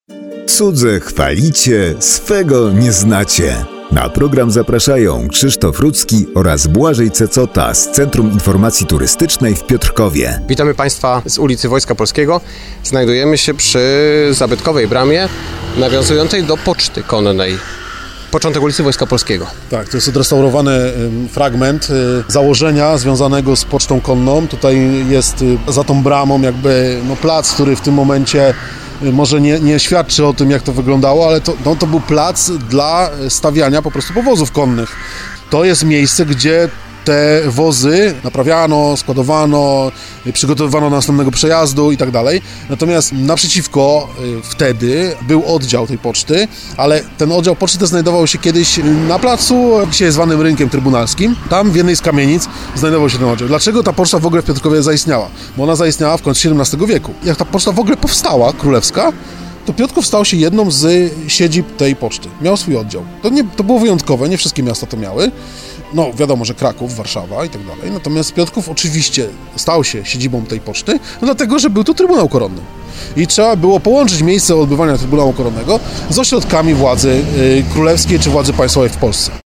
Cudze chwalicie, swego nie znacie. Na program zapraszają Krzysztof Rudzki oraz Błażej Cecota z Centrum Informacji Turystycznej w Piotrkowie. Witamy Państwa z ulicy Wojska Polskiego. Znajdujemy się przy zabytkowej bramie nawiązującej do poczty konnej. Początek ulicy Wojska Polskiego. Tak, to jest odrestaurowany fragment założenia związanego z pocztą konną. Tutaj jest za tą bramą jakby plac, który w tym momencie może nie świadczy o tym, jak to wyglądało, ale to był plac dla stawiania po prostu powozów konnych. To jest miejsce, gdzie te wozy naprawiano, składowano, przygotowywano do następnego przejazdu i tak dalej. Natomiast naprzeciwko wtedy był oddział tej poczty, ale ten oddział poczty znajdował się kiedyś na placu, dzisiaj zwanym Rynkiem Trybunalskim. Tam w jednej z kamienic znajdował się ten oddział. Dlaczego ta poczta w ogóle w Piotrkowie zaistniała? Bo ona zaistniała w końcu XVII wieku. Jak ta poczta w ogóle powstała, królewska, to Piotrków stał się jedną z siedzib tej poczty. Miał swój oddział. To było wyjątkowe, nie wszystkie miasta to miały. Wiadomo, że Kraków, Warszawa i tak dalej. Natomiast Piotrków oczywiście stał się siedzibą tej poczty, dlatego, że był tu Trybunał Koronny. I trzeba było połączyć miejsce odbywania Trybunału Koronnego z ośrodkami władzy królewskiej czy władzy państwowej w Polsce.